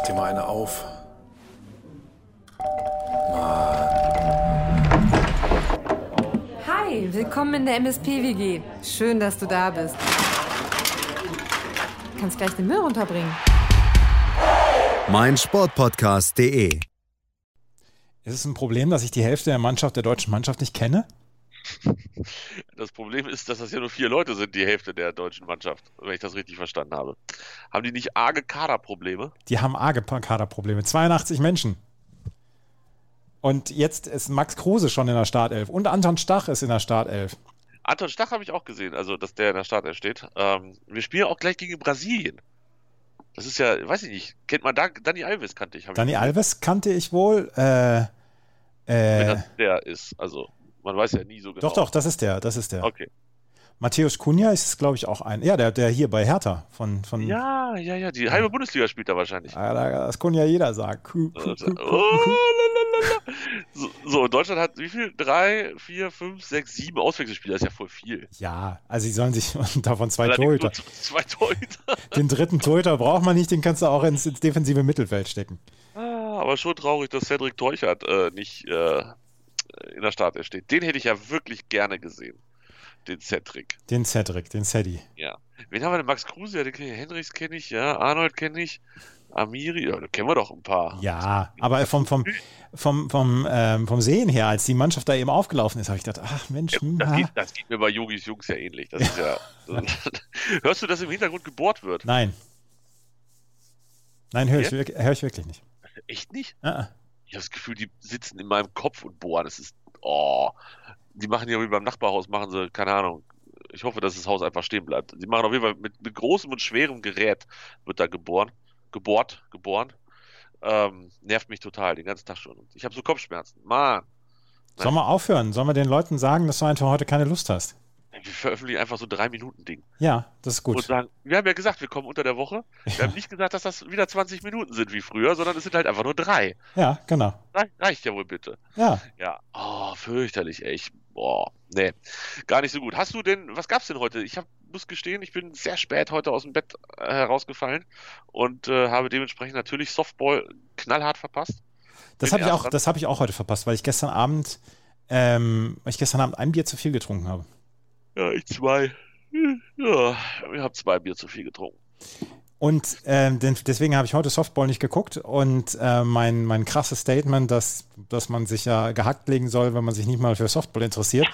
dir mal eine auf. Hi, willkommen in der MSP-WG. Schön, dass du da bist. Du kannst gleich den Müll runterbringen. meinsportpodcast.de. Ist es ein Problem, dass ich die Hälfte der deutschen Mannschaft nicht kenne? Das Problem ist, dass das ja nur 4 Leute sind, die Hälfte der deutschen Mannschaft, wenn ich das richtig verstanden habe. Haben die nicht arge Kaderprobleme? Die haben arge Kaderprobleme. 82 Menschen. Und jetzt ist Max Kruse schon in der Startelf. Und Anton Stach ist in der Startelf. Anton Stach habe ich auch gesehen, also dass der in der Startelf steht. Wir spielen auch gleich gegen Brasilien. Das ist ja, weiß ich nicht, kennt man da? Dani Alves kannte ich. Dani Alves kannte ich wohl. Wenn das der ist, also man weiß ja nie so genau. Doch, das ist der. Okay. Matthäus Cunha ist es, glaube ich, auch ein. Ja, der hier bei Hertha. Von Ja, die halbe Bundesliga spielt er wahrscheinlich. Das kann ja jeder sagen. So, Deutschland hat wie viel? 3, 4, 5, 6, 7 Auswechselspieler. Das ist ja voll viel. Ja, also sie sollen sich davon 2 Allerdings Torhüter. nur 2 Torhüter. Den dritten Torhüter braucht man nicht, den kannst du auch ins defensive Mittelfeld stecken. Aber schon traurig, dass Cedric Teuchert nicht in der Startelf steht. Den hätte ich ja wirklich gerne gesehen. Den Cedric. Den Cedi. Ja. Wen haben wir denn? Max Kruse, ja, Henrichs kenne ich, ja, Arnold kenne ich, Amiri, ja, da kennen wir doch ein paar. Ja, aber vom Sehen her, als die Mannschaft da eben aufgelaufen ist, habe ich gedacht, ach Mensch. Das geht mir bei Jogis Jungs ja ähnlich. Das ist ja. Hörst du, dass im Hintergrund gebohrt wird? Nein, hör ich wirklich nicht. Echt nicht? Ah. Ich habe das Gefühl, die sitzen in meinem Kopf und bohren. Das ist, die machen ja wie beim Nachbarhaus, machen sie, keine Ahnung. Ich hoffe, dass das Haus einfach stehen bleibt. Sie machen auf jeden Fall mit großem und schwerem Gerät wird da geboren. Nervt mich total, den ganzen Tag schon. Ich habe so Kopfschmerzen. Mann. Sollen wir aufhören? Sollen wir den Leuten sagen, dass du einfach heute keine Lust hast? Wir veröffentlichen einfach so 3-Minuten-Ding. Ja, das ist gut. Und sagen, wir haben ja gesagt, wir kommen unter der Woche. Wir haben nicht gesagt, dass das wieder 20 Minuten sind wie früher, sondern es sind halt einfach nur 3. Ja, genau. Reicht ja wohl bitte. Ja. Ja, fürchterlich, echt. Nee, gar nicht so gut. Was gab's denn heute? Ich muss gestehen, ich bin sehr spät heute aus dem Bett herausgefallen und habe dementsprechend natürlich Softball knallhart verpasst. Das habe ich auch heute verpasst, weil ich gestern Abend ein Bier zu viel getrunken habe. Ja, ich 2. Ja, ich habe 2 Bier zu viel getrunken. Und deswegen habe ich heute Softball nicht geguckt und mein krasses Statement, dass man sich ja gehackt legen soll, wenn man sich nicht mal für Softball interessiert,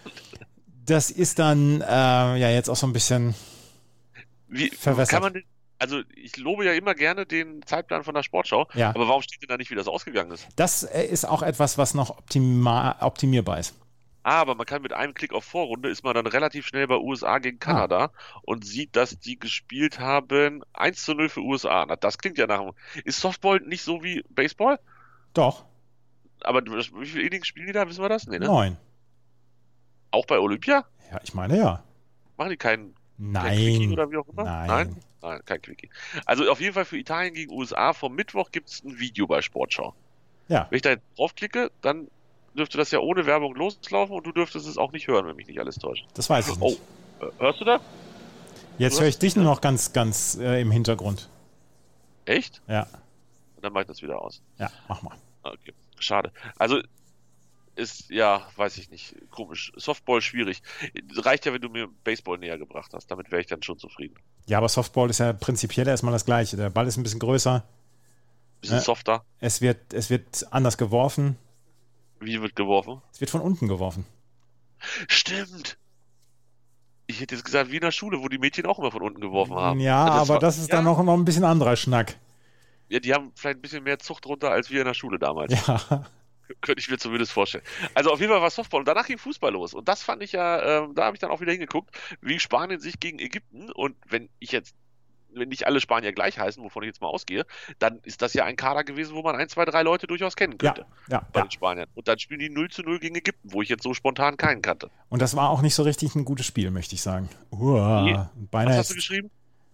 das ist dann jetzt auch so ein bisschen verwässert. Kann man denn, also ich lobe ja immer gerne den Zeitplan von der Sportschau, aber warum steht denn da nicht, wie das ausgegangen ist? Das ist auch etwas, was noch optimierbar ist. Aber man kann mit einem Klick auf Vorrunde, ist man dann relativ schnell bei USA gegen Kanada und sieht, dass die gespielt haben 1:0 für USA. Na, das klingt ja nach einem... Ist Softball nicht so wie Baseball? Doch. Aber wie viele Innings spielen die da? Wissen wir das? Nee, ne? 9. Auch bei Olympia? Ja, ich meine ja. Machen die kein Quickie oder wie auch immer? Nein, kein Quickie. Also auf jeden Fall für Italien gegen USA. Vom Mittwoch gibt es ein Video bei Sportschau. Ja. Wenn ich da jetzt draufklicke, dann dürfte das ja ohne Werbung loslaufen und du dürftest es auch nicht hören, wenn mich nicht alles täuscht. Das weiß ich nicht. Hörst du da? Jetzt höre ich dich nur noch ganz im Hintergrund. Echt? Ja. Dann mach ich das wieder aus. Ja, mach mal. Okay, schade. Also weiß ich nicht, komisch. Softball schwierig. Reicht ja, wenn du mir Baseball näher gebracht hast. Damit wäre ich dann schon zufrieden. Ja, aber Softball ist ja prinzipiell erstmal das Gleiche. Der Ball ist ein bisschen größer. Bisschen softer. Es wird anders geworfen. Wie wird geworfen? Es wird von unten geworfen. Stimmt. Ich hätte jetzt gesagt, wie in der Schule, wo die Mädchen auch immer von unten geworfen haben. Ja, aber das ist dann noch ein bisschen anderer Schnack. Ja, die haben vielleicht ein bisschen mehr Zucht drunter als wir in der Schule damals. Ja. Könnte ich mir zumindest vorstellen. Also auf jeden Fall war Softball und danach ging Fußball los. Und das fand ich ja, da habe ich dann auch wieder hingeguckt, wie Spanien sich gegen Ägypten und wenn nicht alle Spanier gleich heißen, wovon ich jetzt mal ausgehe, dann ist das ja ein Kader gewesen, wo man 1, 2, 3 Leute durchaus kennen könnte. Bei den Spaniern. Und dann spielen die 0:0 gegen Ägypten, wo ich jetzt so spontan keinen kannte. Und das war auch nicht so richtig ein gutes Spiel, möchte ich sagen. Was hast du geschrieben?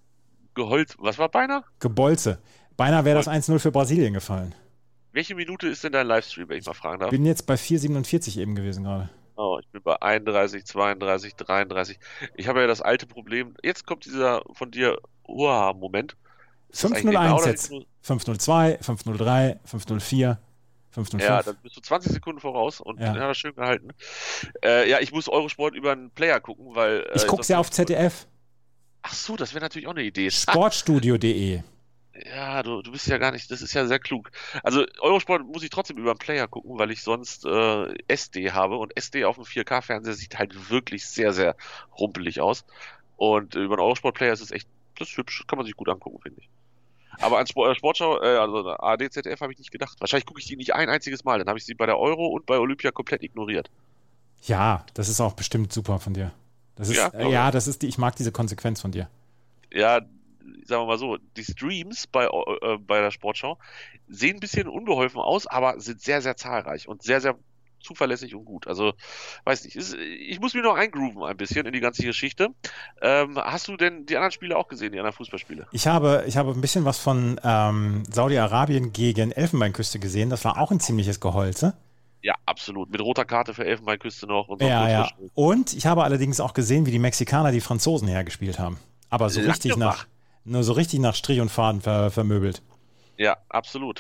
Was war beinahe? Gebolze. Beinahe wäre das 1:0 für Brasilien gefallen. Welche Minute ist denn dein Livestream, wenn ich mal fragen darf? Ich bin jetzt bei 4:47 eben gewesen gerade. Oh, ich bin bei 31, 32, 33. Ich habe ja das alte Problem. Jetzt kommt dieser von dir Moment. Ist das 5:01 jetzt. 5:02, 5:03, 5:04, 5:05. Ja, dann bist du 20 Sekunden voraus und ja, das schön gehalten. Ja, ich muss Eurosport über einen Player gucken, weil... ich guck's ja auf ZDF. Ach so, das wäre natürlich auch eine Idee. Sportstudio.de. Ja, du bist ja gar nicht, das ist ja sehr klug. Also Eurosport muss ich trotzdem über einen Player gucken, weil ich sonst SD habe und SD auf dem 4K-Fernseher sieht halt wirklich sehr, sehr rumpelig aus. Und über einen Eurosport-Player ist es echt, das ist hübsch, kann man sich gut angucken, finde ich. Aber an Sportschau, also ARD, ZDF habe ich nicht gedacht. Wahrscheinlich gucke ich die nicht ein einziges Mal, dann habe ich sie bei der Euro und bei Olympia komplett ignoriert. Ja, das ist auch bestimmt super von dir. Das ist, das ist ich mag diese Konsequenz von dir. Ja, sagen wir mal so, die Streams bei der Sportschau sehen ein bisschen unbeholfen aus, aber sind sehr, sehr zahlreich und sehr, sehr zuverlässig und gut. Also, weiß nicht, ich muss mich noch eingrooven ein bisschen in die ganze Geschichte. Hast du denn die anderen Spiele auch gesehen, die anderen Fußballspiele? Ich habe ein bisschen was von Saudi-Arabien gegen Elfenbeinküste gesehen. Das war auch ein ziemliches Geholze. Ja, absolut. Mit roter Karte für Elfenbeinküste noch. Und so ja. Und ich habe allerdings auch gesehen, wie die Mexikaner die Franzosen hergespielt haben. Aber so richtig nach Strich und Faden vermöbelt. Ja, absolut.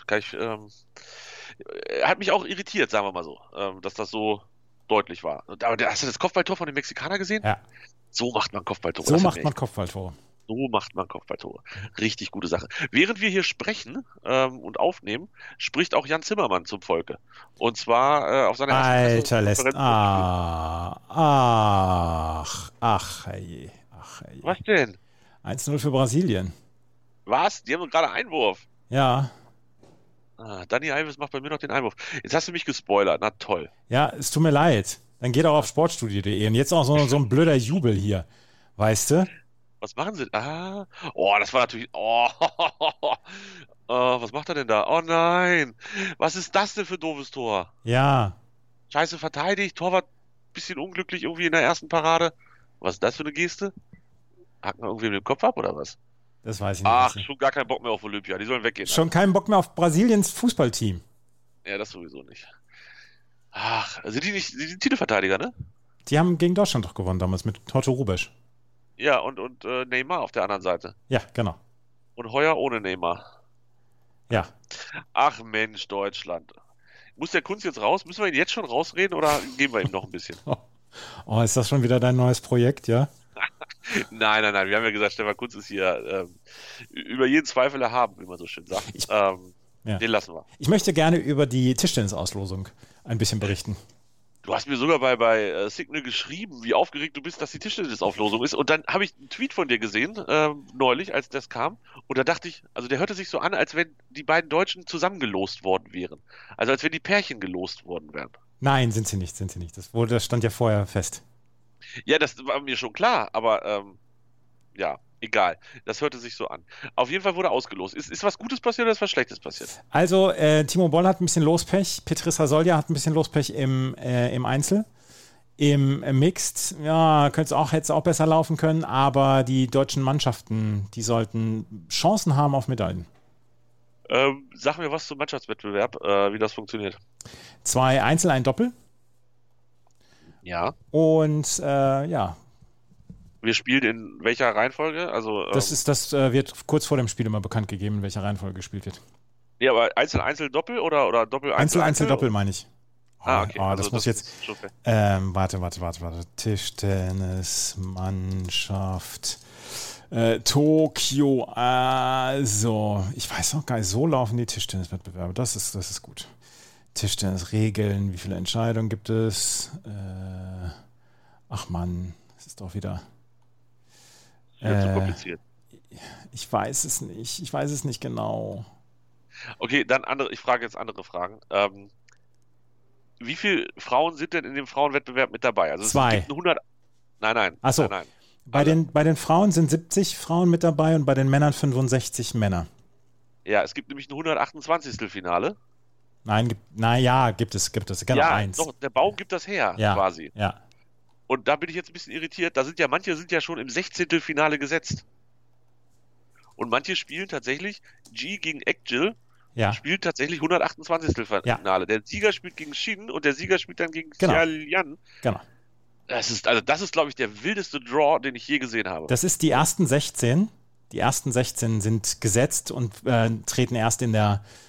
Hat mich auch irritiert, sagen wir mal so, dass das so deutlich war. Aber hast du das Kopfballtor von den Mexikaner gesehen? Ja. So macht man Kopfballtore. So macht man Kopfballtore. Richtig gute Sache. Während wir hier sprechen und aufnehmen, spricht auch Jan Zimmermann zum Volke. Und zwar auf seiner ersten Pressekonferenz. Ach, herrje. Was denn? 1:0 für Brasilien. Was? Die haben gerade Einwurf. Ja. Dani Alves macht bei mir noch den Einwurf. Jetzt hast du mich gespoilert. Na toll. Ja, es tut mir leid. Dann geht auch auf sportstudio.de. Und jetzt auch so ein blöder Jubel hier. Weißt du? Was machen sie? Das war natürlich... was macht er denn da? Oh nein. Was ist das denn für ein doofes Tor? Ja. Scheiße verteidigt. Torwart bisschen unglücklich irgendwie in der ersten Parade. Was ist das für eine Geste? Hacken wir irgendwie mit dem Kopf ab oder was? Das weiß ich nicht. Schon gar keinen Bock mehr auf Olympia. Die sollen weggehen. Schon keinen Bock mehr auf Brasiliens Fußballteam. Ja, das sowieso nicht. Sind die nicht die Titelverteidiger, ne? Die haben gegen Deutschland doch gewonnen damals mit Toto Rubesch. Ja, und Neymar auf der anderen Seite. Ja, genau. Und Heuer ohne Neymar. Ja. Ach Mensch, Deutschland. Muss der Kunz jetzt raus? Müssen wir ihn jetzt schon rausreden oder geben wir ihm noch ein bisschen? Oh, ist das schon wieder dein neues Projekt, ja? Nein. Wir haben ja gesagt, Stefan Kunz ist hier über jeden Zweifel erhaben, wie man so schön sagt. Den lassen wir. Ich möchte gerne über die Tischtennisauslosung ein bisschen berichten. Du hast mir sogar bei Signal geschrieben, wie aufgeregt du bist, dass die Tischtennisauflosung ist. Und dann habe ich einen Tweet von dir gesehen, neulich, als das kam. Und da dachte ich, also der hörte sich so an, als wenn die beiden Deutschen zusammengelost worden wären. Also als wenn die Pärchen gelost worden wären. Nein, sind sie nicht. Das stand ja vorher fest. Ja, das war mir schon klar, aber egal. Das hörte sich so an. Auf jeden Fall wurde ausgelost. Ist was Gutes passiert oder ist was Schlechtes passiert? Also, Timo Boll hat ein bisschen Lospech, Petrissa Solja hat ein bisschen Lospech im Einzel. Im Mixed, ja, hätte es auch besser laufen können, aber die deutschen Mannschaften, die sollten Chancen haben auf Medaillen. Sag mir was zum Mannschaftswettbewerb, wie das funktioniert. 2 Einzel, ein Doppel. Ja. Und wir spielen in welcher Reihenfolge? Also, das wird kurz vor dem Spiel immer bekannt gegeben, in welcher Reihenfolge gespielt wird. Ja, aber Einzel, Doppel oder Doppel, Einzel, Doppel meine ich. Okay. Also das muss jetzt. Warte. Tischtennismannschaft. Tokio. Also, ich weiß noch gar nicht, so laufen die Tischtenniswettbewerbe. Das ist gut. Tischtennisregeln, wie viele Entscheidungen gibt es? Ach Mann, das ist doch wieder. Zu kompliziert. Ich weiß es nicht genau. Okay, dann ich frage jetzt andere Fragen. Wie viele Frauen sind denn in dem Frauenwettbewerb mit dabei? Also 2. Es gibt 100. Nein. Achso. Nein. Bei den Frauen sind 70 Frauen mit dabei und bei den Männern 65 Männer. Ja, es gibt nämlich ein 128. Finale. Gibt es. Genau, ja, 1. Doch, der Baum gibt das her, quasi. Ja. Und da bin ich jetzt ein bisschen irritiert. Manche sind ja schon im 16. Finale gesetzt. Und manche spielen tatsächlich G gegen Ekgil. Ja. Spielt tatsächlich 128. Finale. Ja. Der Sieger spielt gegen Shin und der Sieger spielt dann gegen Xiaolian. Genau. Das ist, glaube ich, der wildeste Draw, den ich je gesehen habe. Das ist die ersten 16 Die ersten 16 sind gesetzt und treten erst im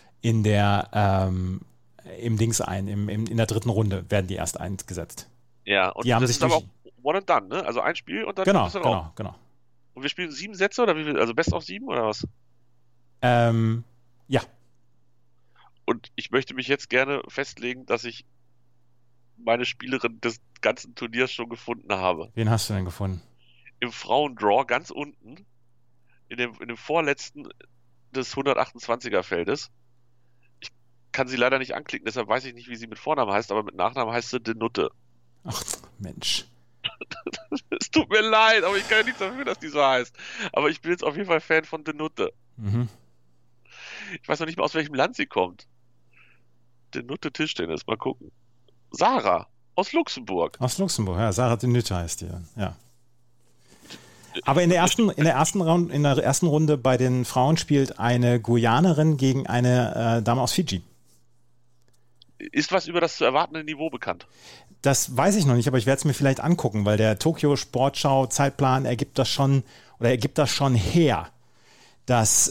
Dings ein. In der dritten Runde werden die erst eingesetzt. Ja, und die haben das sich ist aber auch one and done, ne? Also ein Spiel und dann genau. Und wir spielen 7 Sätze oder wie viel? Also Best of 7 oder was? Ja. Und ich möchte mich jetzt gerne festlegen, dass ich meine Spielerin des ganzen Turniers schon gefunden habe. Wen hast du denn gefunden? Im Frauendraw ganz unten, in dem vorletzten des 128er Feldes. Ich kann sie leider nicht anklicken, deshalb weiß ich nicht, wie sie mit Vornamen heißt, aber mit Nachnamen heißt sie Denutte. Ach, Mensch. Es tut mir leid, aber ich kann ja nichts dafür, dass die so heißt. Aber ich bin jetzt auf jeden Fall Fan von Denutte. Mhm. Ich weiß noch nicht mal, aus welchem Land sie kommt. Denutte Tischtennis, mal gucken. Sarah, aus Luxemburg. Aus Luxemburg, ja. Sarah Denutte heißt die dann, ja. Aber in der ersten Runde bei den Frauen spielt eine Guyanerin gegen eine Dame aus Fiji. Ist was über das zu erwartende Niveau bekannt? Das weiß ich noch nicht, aber ich werde es mir vielleicht angucken, weil der Tokio Sportschau Zeitplan ergibt das schon her, dass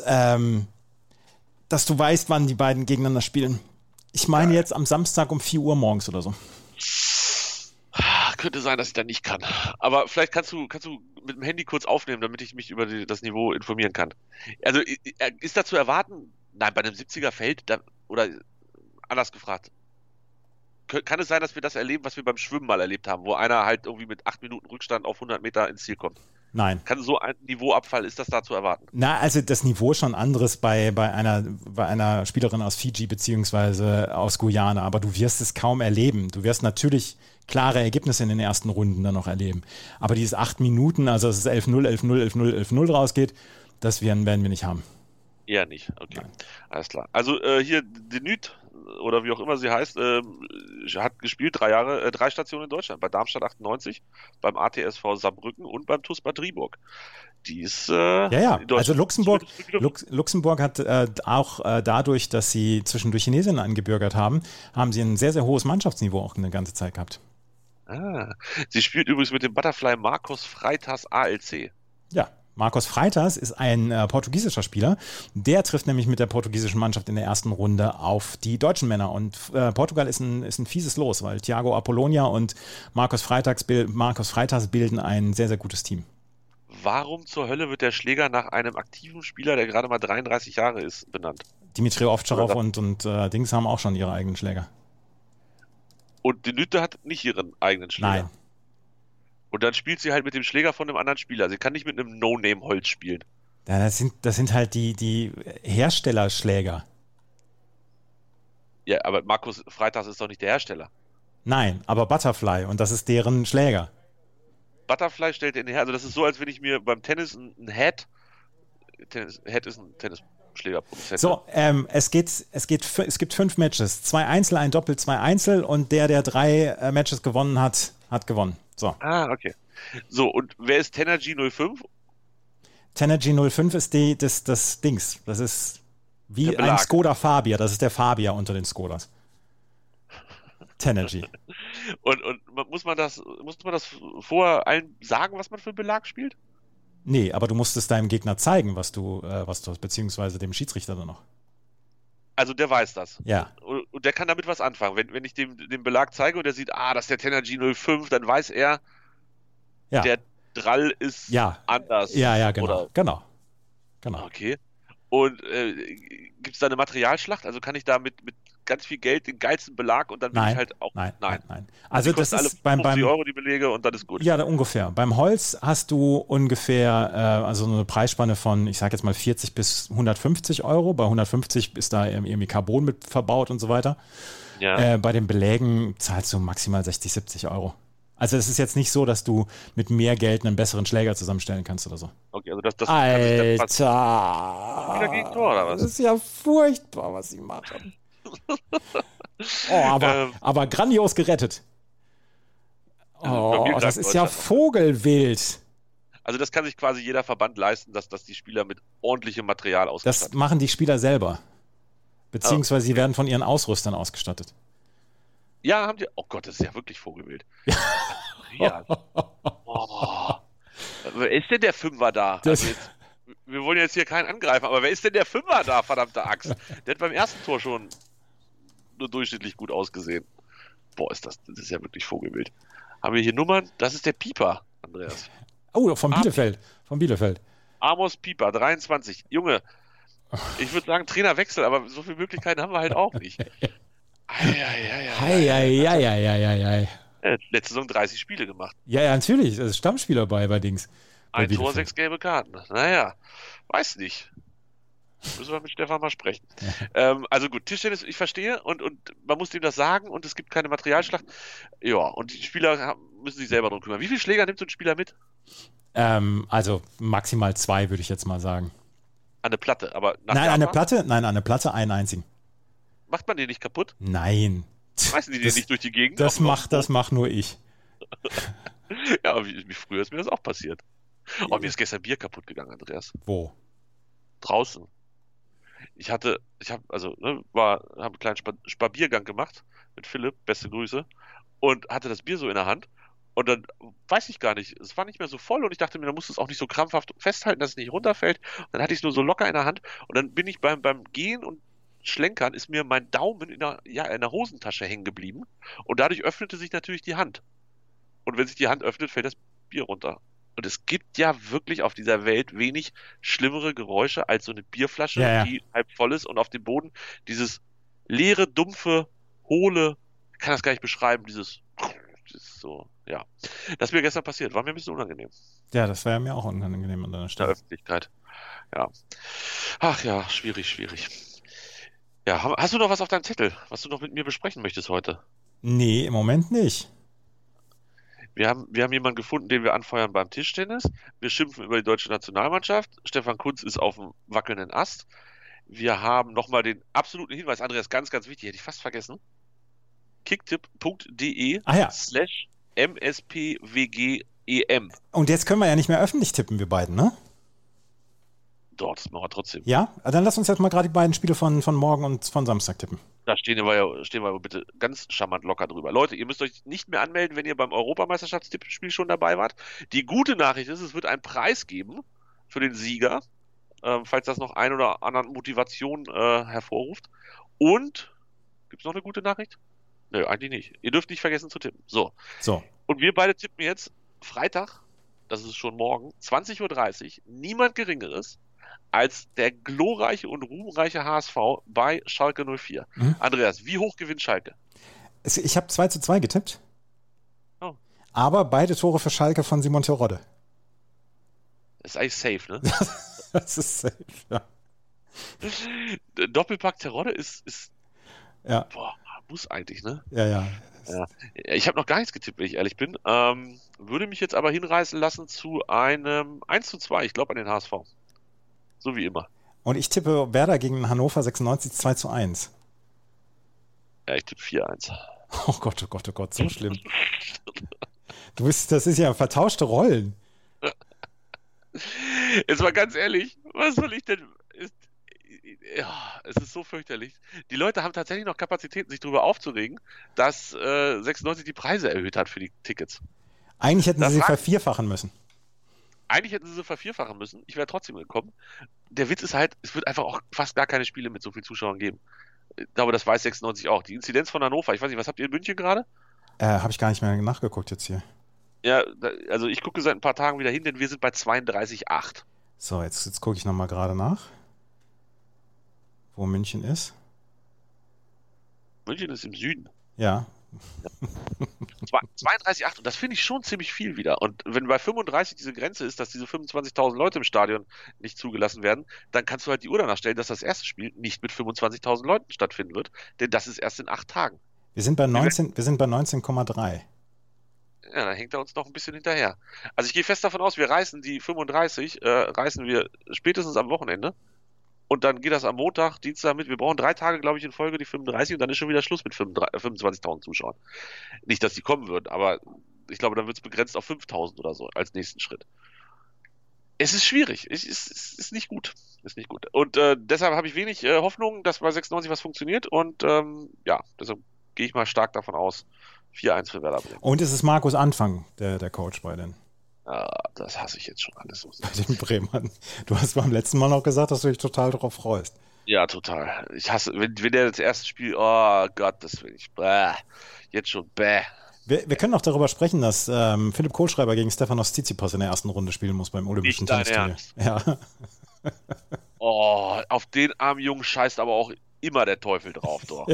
du weißt, wann die beiden gegeneinander spielen. Ich meine jetzt am Samstag um 4 Uhr morgens oder so. Könnte sein, dass ich da nicht kann. Aber vielleicht kannst du mit dem Handy kurz aufnehmen, damit ich mich über das Niveau informieren kann. Also ist da zu erwarten, nein, bei einem 70er Feld, oder anders gefragt, kann es sein, dass wir das erleben, was wir beim Schwimmen mal erlebt haben, wo einer halt irgendwie mit 8 Minuten Rückstand auf 100 Meter ins Ziel kommt? Nein. Kann so ein Niveauabfall, ist das da zu erwarten? Na, also das Niveau ist schon anderes bei einer Spielerin aus Fiji beziehungsweise aus Guyana, aber du wirst es kaum erleben. Du wirst natürlich klare Ergebnisse in den ersten Runden dann noch erleben. Aber dieses 8 Minuten, also dass es 11-0, 11-0, 11-0, 11-0 rausgeht, das werden wir nicht haben. Eher nicht, okay. Nein. Alles klar. Also hier Denutte, oder wie auch immer sie heißt, hat gespielt 3 Jahre, 3 Stationen in Deutschland, bei Darmstadt 98, beim ATSV Saarbrücken und beim TuS Bad Rieburg. Die ist also Luxemburg hat auch dadurch, dass sie zwischendurch Chinesinnen angebürgert haben, haben sie ein sehr, sehr hohes Mannschaftsniveau auch eine ganze Zeit gehabt. Sie spielt übrigens mit dem Butterfly Marcos Freitas ALC. Ja, Marcos Freitas ist ein portugiesischer Spieler. Der trifft nämlich mit der portugiesischen Mannschaft in der ersten Runde auf die deutschen Männer. Und Portugal ist ein fieses Los, weil Thiago Apollonia und Marcos Freitas bilden ein sehr, sehr gutes Team. Warum zur Hölle wird der Schläger nach einem aktiven Spieler, der gerade mal 33 Jahre ist, benannt? Dimitri Ovtcharov und Dings haben auch schon ihre eigenen Schläger. Und Denutte hat nicht ihren eigenen Schläger? Nein. Und dann spielt sie halt mit dem Schläger von einem anderen Spieler. Sie kann nicht mit einem No-Name-Holz spielen. Ja, das sind halt die Herstellerschläger. Ja, aber Marcos Freitas ist doch nicht der Hersteller. Nein, aber Butterfly und das ist deren Schläger. Butterfly stellt den her. Also das ist so, als wenn ich mir beim Tennis ein Head ist ein Tennisschlägerproduzent. So, es gibt 5 Matches. 2 Einzel, ein Doppel, 2 Einzel und der 3 Matches gewonnen hat, hat gewonnen. So. Okay. So, und wer ist Tenergy 05? Tenergy 05 ist das Dings. Das ist wie ein Skoda Fabia. Das ist der Fabia unter den Skodas. Tenergy. Und muss man das vorher allen sagen, was man für einen Belag spielt? Nee, aber du musst es deinem Gegner zeigen, was du beziehungsweise dem Schiedsrichter dann noch. Also der weiß das. Ja. Und der kann damit was anfangen. Wenn ich dem Belag zeige und der sieht, das ist der Tenergy 05, dann weiß er, der Drall ist anders. Ja, genau. Genau. Okay. Und gibt es da eine Materialschlacht? Also kann ich da mit ganz viel Geld den geilsten Belag und dann bin ich halt auch... Nein. Also das alle ist beim 50 Euro die Belege und dann ist gut. Ja, ungefähr. Beim Holz hast du ungefähr also eine Preisspanne von, ich sage jetzt mal 40 bis 150 Euro. Bei 150 ist da irgendwie Carbon mit verbaut und so weiter. Ja. Bei den Belägen zahlst du maximal 60, 70 Euro. Also es ist jetzt nicht so, dass du mit mehr Geld einen besseren Schläger zusammenstellen kannst oder so. Okay, also das Alter! kann sich dann wieder gegen Tor, oder was? Das ist ja furchtbar, was sie machen. Aber grandios gerettet. Das ist ja Vogelwild. Also das kann sich quasi jeder Verband leisten, dass die Spieler mit ordentlichem Material ausgestattet. Das machen die Spieler selber. Beziehungsweise sie werden von ihren Ausrüstern ausgestattet. Ja, haben die. Oh Gott, das ist ja wirklich Vogelwild. Ja. Wer ist denn der Fünfer da? Also jetzt, wir wollen jetzt hier keinen angreifen, aber wer ist denn der Fünfer da, verdammte Axt? Der hat beim ersten Tor schon nur durchschnittlich gut ausgesehen. Boah, das ist ja wirklich Vogelwild. Haben wir hier Nummern? Das ist der Pieper, Andreas. Oh, von Bielefeld. Von Bielefeld. Amos Pieper, 23. Junge, ich würde sagen Trainerwechsel, aber so viele Möglichkeiten haben wir halt auch nicht. Ei. Letzte Saison 30 Spiele gemacht. Ja, natürlich. Das ist Stammspieler bei Dings. Bei Ein Tor, Bielefeld. 6 gelbe Karten. Naja, weiß nicht. Müssen wir mit Stefan mal sprechen. Also gut, Tischtennis, ich verstehe und man muss ihm das sagen und es gibt keine Materialschlacht. Ja, und die Spieler müssen sich selber drum kümmern. Wie viele Schläger nimmt so ein Spieler mit? Also maximal 2, würde ich jetzt mal sagen. An eine Platte, aber nach Nein, der an der Abfahrt? Platte? Nein, an der Platte einen einzigen. Macht man den nicht kaputt? Nein. Schmeißen die den nicht durch die Gegend? Das macht nur ich. Ja, wie früher ist mir das auch passiert. Oh, mir ist gestern Bier kaputt gegangen, Andreas. Wo? Draußen. Habe einen kleinen Spabiergang gemacht mit Philipp, beste Grüße, und hatte das Bier so in der Hand und dann weiß ich gar nicht, es war nicht mehr so voll und ich dachte mir, da musst du es auch nicht so krampfhaft festhalten, dass es nicht runterfällt. Und dann hatte ich es nur so locker in der Hand und dann bin ich beim Gehen und Schlenkern ist mir mein Daumen in der Hosentasche hängen geblieben und dadurch öffnete sich natürlich die Hand. Und wenn sich die Hand öffnet, fällt das Bier runter. Und es gibt ja wirklich auf dieser Welt wenig schlimmere Geräusche als so eine Bierflasche, die halb voll ist und auf dem Boden dieses leere, dumpfe, hohle, ich kann das gar nicht beschreiben, dieses so, ja. Das ist mir gestern passiert, war mir ein bisschen unangenehm. Ja, das wäre mir auch unangenehm an deiner In der Stelle. Öffentlichkeit. Ja. Ach ja, schwierig. Ja, hast du noch was auf deinem Zettel, was du noch mit mir besprechen möchtest heute? Nee, im Moment nicht. Wir haben jemanden gefunden, den wir anfeuern beim Tischtennis. Wir schimpfen über die deutsche Nationalmannschaft. Stefan Kuntz ist auf dem wackelnden Ast. Wir haben nochmal den absoluten Hinweis, Andreas, ganz, ganz wichtig, hätte ich fast vergessen. kicktipp.de /mspwgem. Und jetzt können wir ja nicht mehr öffentlich tippen, wir beiden, ne? Dort, das machen wir trotzdem. Ja? Dann lass uns jetzt mal gerade die beiden Spiele von morgen und von Samstag tippen. Da stehen wir bitte ganz charmant locker drüber. Leute, ihr müsst euch nicht mehr anmelden, wenn ihr beim Europameisterschaftstippspiel schon dabei wart. Die gute Nachricht ist, es wird einen Preis geben für den Sieger, falls das noch ein oder anderen Motivation hervorruft. Und, gibt es noch eine gute Nachricht? Nö, eigentlich nicht. Ihr dürft nicht vergessen zu tippen. So. Und wir beide tippen jetzt Freitag, das ist schon morgen, 20:30 Uhr, niemand Geringeres als der glorreiche und ruhmreiche HSV bei Schalke 04. Andreas, wie hoch gewinnt Schalke? Ich habe 2:2 getippt. Oh. Aber beide Tore für Schalke von Simon Terodde. Das ist eigentlich safe, ne? Das ist safe, ja. Doppelpack Terodde ist Ja. Boah, muss eigentlich, ne? Ja. Ich habe noch gar nichts getippt, wenn ich ehrlich bin. Würde mich jetzt aber hinreißen lassen zu einem 1:2, ich glaube an den HSV. So wie immer. Und ich tippe Werder gegen Hannover 96 2:1. Ja, ich tippe 4:1. Oh Gott, so schlimm. Das ist ja vertauschte Rollen. Jetzt mal ganz ehrlich, was soll ich denn... Ja, es ist so fürchterlich. Die Leute haben tatsächlich noch Kapazitäten, sich darüber aufzuregen, dass 96 die Preise erhöht hat für die Tickets. Eigentlich hätten sie vervierfachen müssen. Eigentlich hätten sie sie vervierfachen müssen. Ich wäre trotzdem gekommen. Der Witz ist halt, es wird einfach auch fast gar keine Spiele mit so vielen Zuschauern geben. Ich glaube, das weiß 96 auch. Die Inzidenz von Hannover, ich weiß nicht, was habt ihr in München gerade? Habe ich gar nicht mehr nachgeguckt jetzt hier. Ja, also ich gucke seit ein paar Tagen wieder hin, denn wir sind bei 32,8. So, jetzt gucke ich nochmal gerade nach, wo München ist. München ist im Süden. Ja. 32,8 und das finde ich schon ziemlich viel wieder. Und wenn bei 35 diese Grenze ist, dass diese 25.000 Leute im Stadion nicht zugelassen werden, dann kannst du halt die Uhr danach stellen, dass das erste Spiel nicht mit 25.000 Leuten stattfinden wird, denn das ist erst in 8 Tagen. Wir sind bei 19,3. Ja, da hängt er uns noch ein bisschen hinterher. Also ich gehe fest davon aus, wir reißen die 35, reißen wir spätestens am Wochenende. Und dann geht das am Montag, Dienstag mit. Wir brauchen 3 Tage, glaube ich, in Folge die 35 und dann ist schon wieder Schluss mit 25.000 Zuschauern. Nicht, dass die kommen würden, aber ich glaube, dann wird es begrenzt auf 5.000 oder so als nächsten Schritt. Es ist schwierig. Es ist nicht gut. Ist nicht gut. Und deshalb habe ich wenig Hoffnung, dass bei 96 was funktioniert. Und deshalb gehe ich mal stark davon aus, 4:1 für Werder Bremen. Und es ist Markus Anfang, der Coach bei denen. das hasse ich jetzt schon alles so. Bei den Bremern. Du hast beim letzten Mal noch gesagt, dass du dich total darauf freust. Ja, total. Ich hasse, wenn der das erste Spiel, oh Gott, das will ich, jetzt schon, Wir können auch darüber sprechen, dass Philipp Kohlschreiber gegen Stefanos Tsitsipas in der ersten Runde spielen muss beim Olympischen Tennisturnier. Ja. Oh, auf den armen Jungen scheißt aber auch immer der Teufel drauf, doch.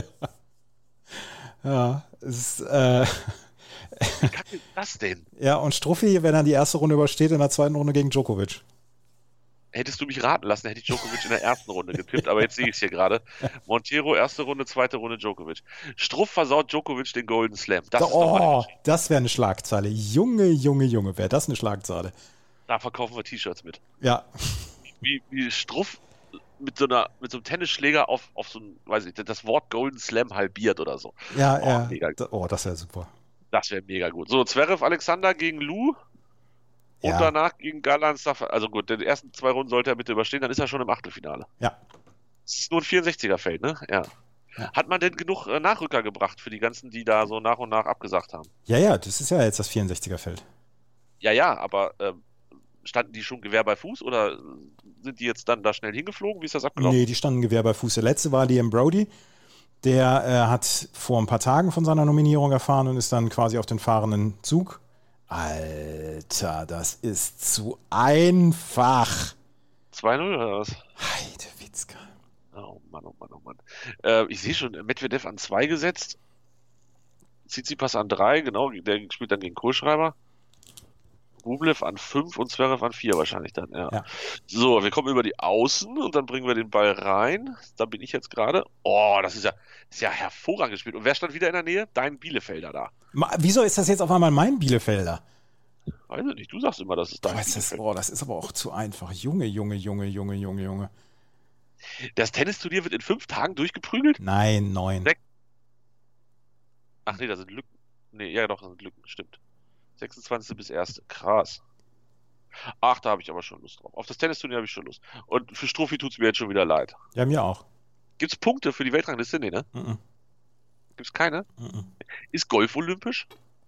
Ja, es ist, Wie kacke ist das denn? ja, und Struffi, wenn er die erste Runde übersteht, in der zweiten Runde gegen Djokovic. Hättest du mich raten lassen, hätte ich Djokovic in der ersten Runde getippt, aber jetzt sehe ich es hier gerade. Montero, erste Runde, zweite Runde Djokovic. Struff versaut Djokovic den Golden Slam. Das ist doch mal das wäre eine Schlagzeile. Junge, wäre das eine Schlagzeile. Da verkaufen wir T-Shirts mit. Ja. Wie Struff mit so einem Tennisschläger auf so ein, weiß ich, das Wort Golden Slam halbiert oder so. Ja. Mega. Das wäre super. Das wäre mega gut. So, Zverev Alexander gegen Lou. Und Ja. danach gegen Galans. Also gut, die ersten 2 Runden sollte er bitte überstehen, dann ist er schon im Achtelfinale. Ja. Das ist nur ein 64er-Feld, ne? Ja. Hat man denn genug Nachrücker gebracht für die ganzen, die da so nach und nach abgesagt haben? Ja, das ist ja jetzt das 64er-Feld. Ja, aber standen die schon Gewehr bei Fuß oder sind die jetzt dann da schnell hingeflogen? Wie ist das abgelaufen? Nee, die standen Gewehr bei Fuß. Der letzte war Liam Brody. Der hat vor ein paar Tagen von seiner Nominierung erfahren und ist dann quasi auf den fahrenden Zug. Alter, das ist zu einfach. 2-0 oder was? Heidewitzka. Oh Mann. Ich sehe schon, Medvedev an 2 gesetzt. Tsitsipas an 3, genau. Der spielt dann gegen Kohlschreiber. Rublev an 5 und Zverev an 4 wahrscheinlich dann, ja. So, wir kommen über die Außen und dann bringen wir den Ball rein. Da bin ich jetzt gerade. Oh, das ist ja hervorragend gespielt. Und wer stand wieder in der Nähe? Dein Bielefelder da. Wieso ist das jetzt auf einmal mein Bielefelder? Weiß ich nicht, du sagst immer, das ist dein Bielefelder. Das ist aber auch zu einfach. Junge. Das Tennisturnier wird in 5 Tagen durchgeprügelt? Nein, 9. Ach nee, da sind Lücken. Nee, ja doch, da sind Lücken, stimmt. 26. bis 1. Krass. Ach, da habe ich aber schon Lust drauf. Auf das Tennisturnier habe ich schon Lust. Und für Struffi tut es mir jetzt schon wieder leid. Ja, mir auch. Gibt es Punkte für die Weltrangliste? Nee, ne? Gibt es keine? Ist Golf olympisch?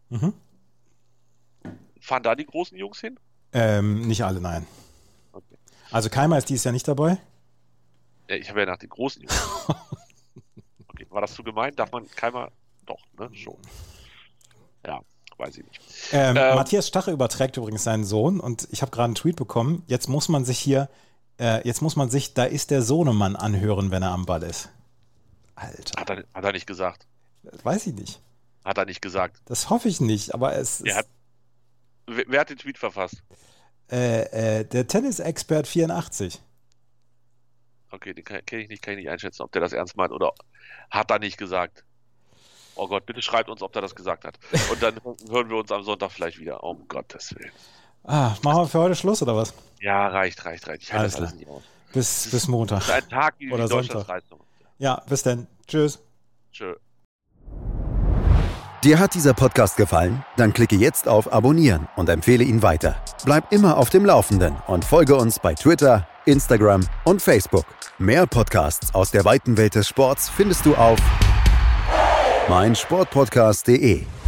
Fahren da die großen Jungs hin? Nicht alle, nein. Okay. Also Keimer ist dieses Jahr nicht dabei. Ja, ich habe ja nach den großen Jungs. Okay, war das zu gemein? Darf man Keimer? Doch, ne? Schon. Ja. Weiß ich nicht. Matthias Stache überträgt übrigens seinen Sohn und ich habe gerade einen Tweet bekommen. Jetzt muss man sich da ist der Sohnemann anhören, wenn er am Ball ist. Alter. Hat er nicht gesagt. Das weiß ich nicht. Hat er nicht gesagt. Das hoffe ich nicht, aber Wer hat den Tweet verfasst? Der Tennis-Expert 84. Okay, den kann ich nicht einschätzen, ob der das ernst meint oder hat er nicht gesagt. Oh Gott, bitte schreibt uns, ob der das gesagt hat. Und dann hören wir uns am Sonntag vielleicht wieder. Um Gottes Willen. Machen wir für heute Schluss, oder was? Ja, reicht. Ich halte das alles nicht aus. Bis Montag. Das ist ein Tag wie oder Deutschlands Leistung. Ja, bis dann. Tschüss. Tschö. Dir hat dieser Podcast gefallen? Dann klicke jetzt auf Abonnieren und empfehle ihn weiter. Bleib immer auf dem Laufenden und folge uns bei Twitter, Instagram und Facebook. Mehr Podcasts aus der weiten Welt des Sports findest du auf meinsportpodcast.de.